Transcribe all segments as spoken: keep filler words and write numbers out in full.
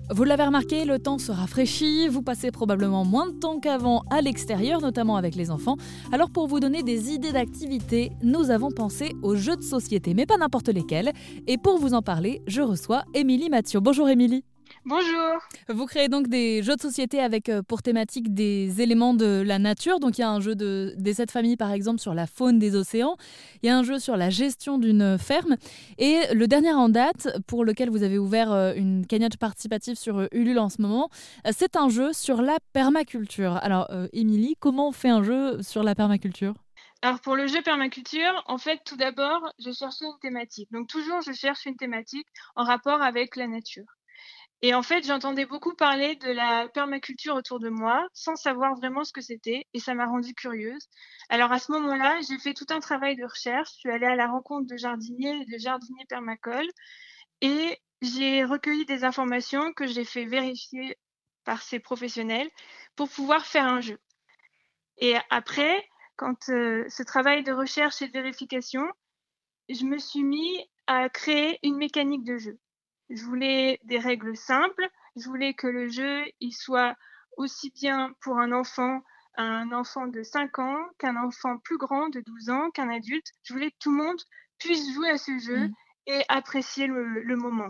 Vous l'avez remarqué, le temps se rafraîchit, vous passez probablement moins de temps qu'avant à l'extérieur, notamment avec les enfants. Alors pour vous donner des idées d'activités, nous avons pensé aux jeux de société, mais pas n'importe lesquels. Et pour vous en parler, je reçois Émilie Mathieu. Bonjour Émilie. Bonjour. Vous créez donc des jeux de société avec euh, pour thématique des éléments de la nature. Donc il y a un jeu de, des sept familles par exemple sur la faune des océans. Il y a un jeu sur la gestion d'une ferme. Et le dernier en date, pour lequel vous avez ouvert euh, une cagnotte participative sur euh, Ulule en ce moment, euh, c'est un jeu sur la permaculture. Alors euh, Émilie, comment on fait un jeu sur la permaculture ? Alors pour le jeu permaculture, en fait, tout d'abord, je cherchais une thématique. Donc toujours, je cherche une thématique en rapport avec la nature. Et en fait, j'entendais beaucoup parler de la permaculture autour de moi, sans savoir vraiment ce que c'était, et ça m'a rendue curieuse. Alors à ce moment-là, j'ai fait tout un travail de recherche. Je suis allée à la rencontre de jardiniers et de jardiniers permacoles, et j'ai recueilli des informations que j'ai fait vérifier par ces professionnels pour pouvoir faire un jeu. Et après, quand euh, ce travail de recherche et de vérification, je me suis mis à créer une mécanique de jeu. Je voulais des règles simples, je voulais que le jeu il soit aussi bien pour un enfant, un enfant de cinq ans, qu'un enfant plus grand de douze ans, qu'un adulte. Je voulais que tout le monde puisse jouer à ce jeu Mm. et apprécier le, le moment.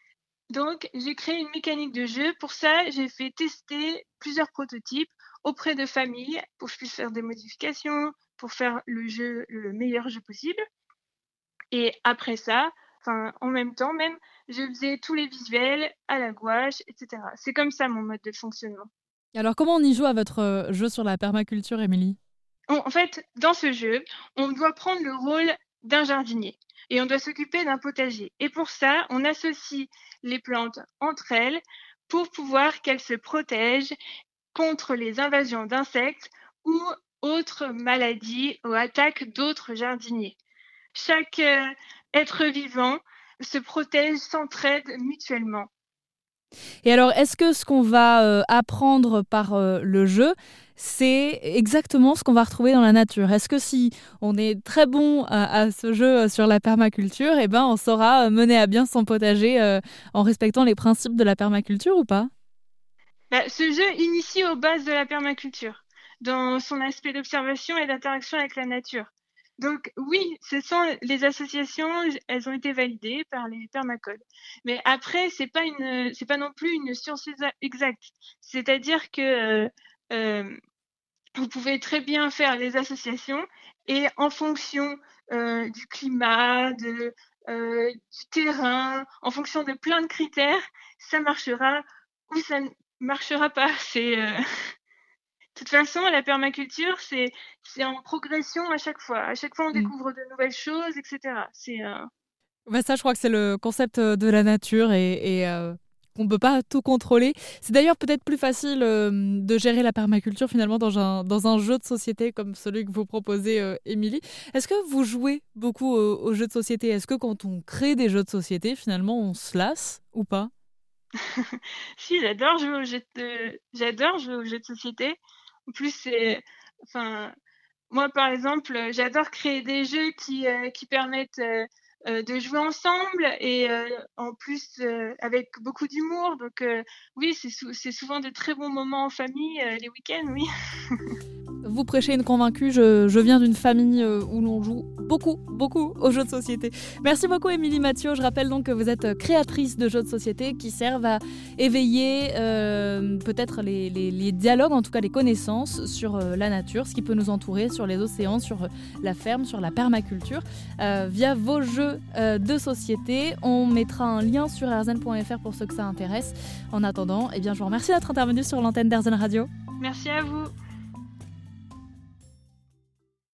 Donc, j'ai créé une mécanique de jeu. Pour ça, j'ai fait tester plusieurs prototypes auprès de familles pour que je puisse faire des modifications, pour faire le jeu le meilleur jeu possible. Et après ça, enfin, en même temps même, je faisais tous les visuels à la gouache, et cetera. C'est comme ça mon mode de fonctionnement. Alors comment on y joue à votre euh, jeu sur la permaculture, Émilie ? En, en fait, dans ce jeu, on doit prendre le rôle d'un jardinier et on doit s'occuper d'un potager. Et pour ça, on associe les plantes entre elles pour pouvoir qu'elles se protègent contre les invasions d'insectes ou autres maladies ou attaques d'autres jardiniers. Chaque euh, être vivant se protège, s'entraide mutuellement. Et alors, est-ce que ce qu'on va euh, apprendre par euh, le jeu, c'est exactement ce qu'on va retrouver dans la nature ? Est-ce que si on est très bon à, à ce jeu euh, sur la permaculture, eh ben, on saura mener à bien son potager euh, en respectant les principes de la permaculture ou pas ? Bah, ce jeu initie aux bases de la permaculture, dans son aspect d'observation et d'interaction avec la nature. Donc oui, ce sont les associations, elles ont été validées par les permacoles. Mais après, c'est pas une, c'est pas non plus une science exacte. C'est-à-dire que euh, euh, vous pouvez très bien faire les associations et en fonction euh, du climat, de, euh, du terrain, en fonction de plein de critères, ça marchera ou ça ne marchera pas. C'est euh... De toute façon, la permaculture, c'est, c'est en progression à chaque fois. À chaque fois, on Mm. découvre de nouvelles choses, et cetera. C'est, euh... Bah ça, je crois que c'est le concept de la nature et, et euh, qu'on ne peut pas tout contrôler. C'est d'ailleurs peut-être plus facile euh, de gérer la permaculture finalement dans un, dans un jeu de société comme celui que vous proposez, euh, Émilie. Est-ce que vous jouez beaucoup aux, aux jeux de société ? Est-ce que quand on crée des jeux de société, finalement, on se lasse ou pas ? si, j'adore jouer aux jeux de... j'adore jouer aux jeux de société. En plus, c'est... Enfin, moi, par exemple, j'adore créer des jeux qui, euh, qui permettent euh, euh, de jouer ensemble et euh, en plus euh, avec beaucoup d'humour. Donc euh, oui, c'est, sou- c'est souvent de très bons moments en famille, euh, les week-ends, oui. Vous prêchez une convaincue, je, je viens d'une famille euh, où l'on joue beaucoup, beaucoup aux jeux de société. Merci beaucoup Émilie Mathieu, je rappelle donc que vous êtes créatrice de jeux de société qui servent à éveiller euh, peut-être les, les, les dialogues, en tout cas les connaissances sur euh, la nature, ce qui peut nous entourer, sur les océans, sur euh, la ferme, sur la permaculture, euh, via vos jeux euh, de société. On mettra un lien sur erzen point f r pour ceux que ça intéresse. En attendant, eh bien, je vous remercie d'être intervenu sur l'antenne d'Erzen Radio. Merci à vous.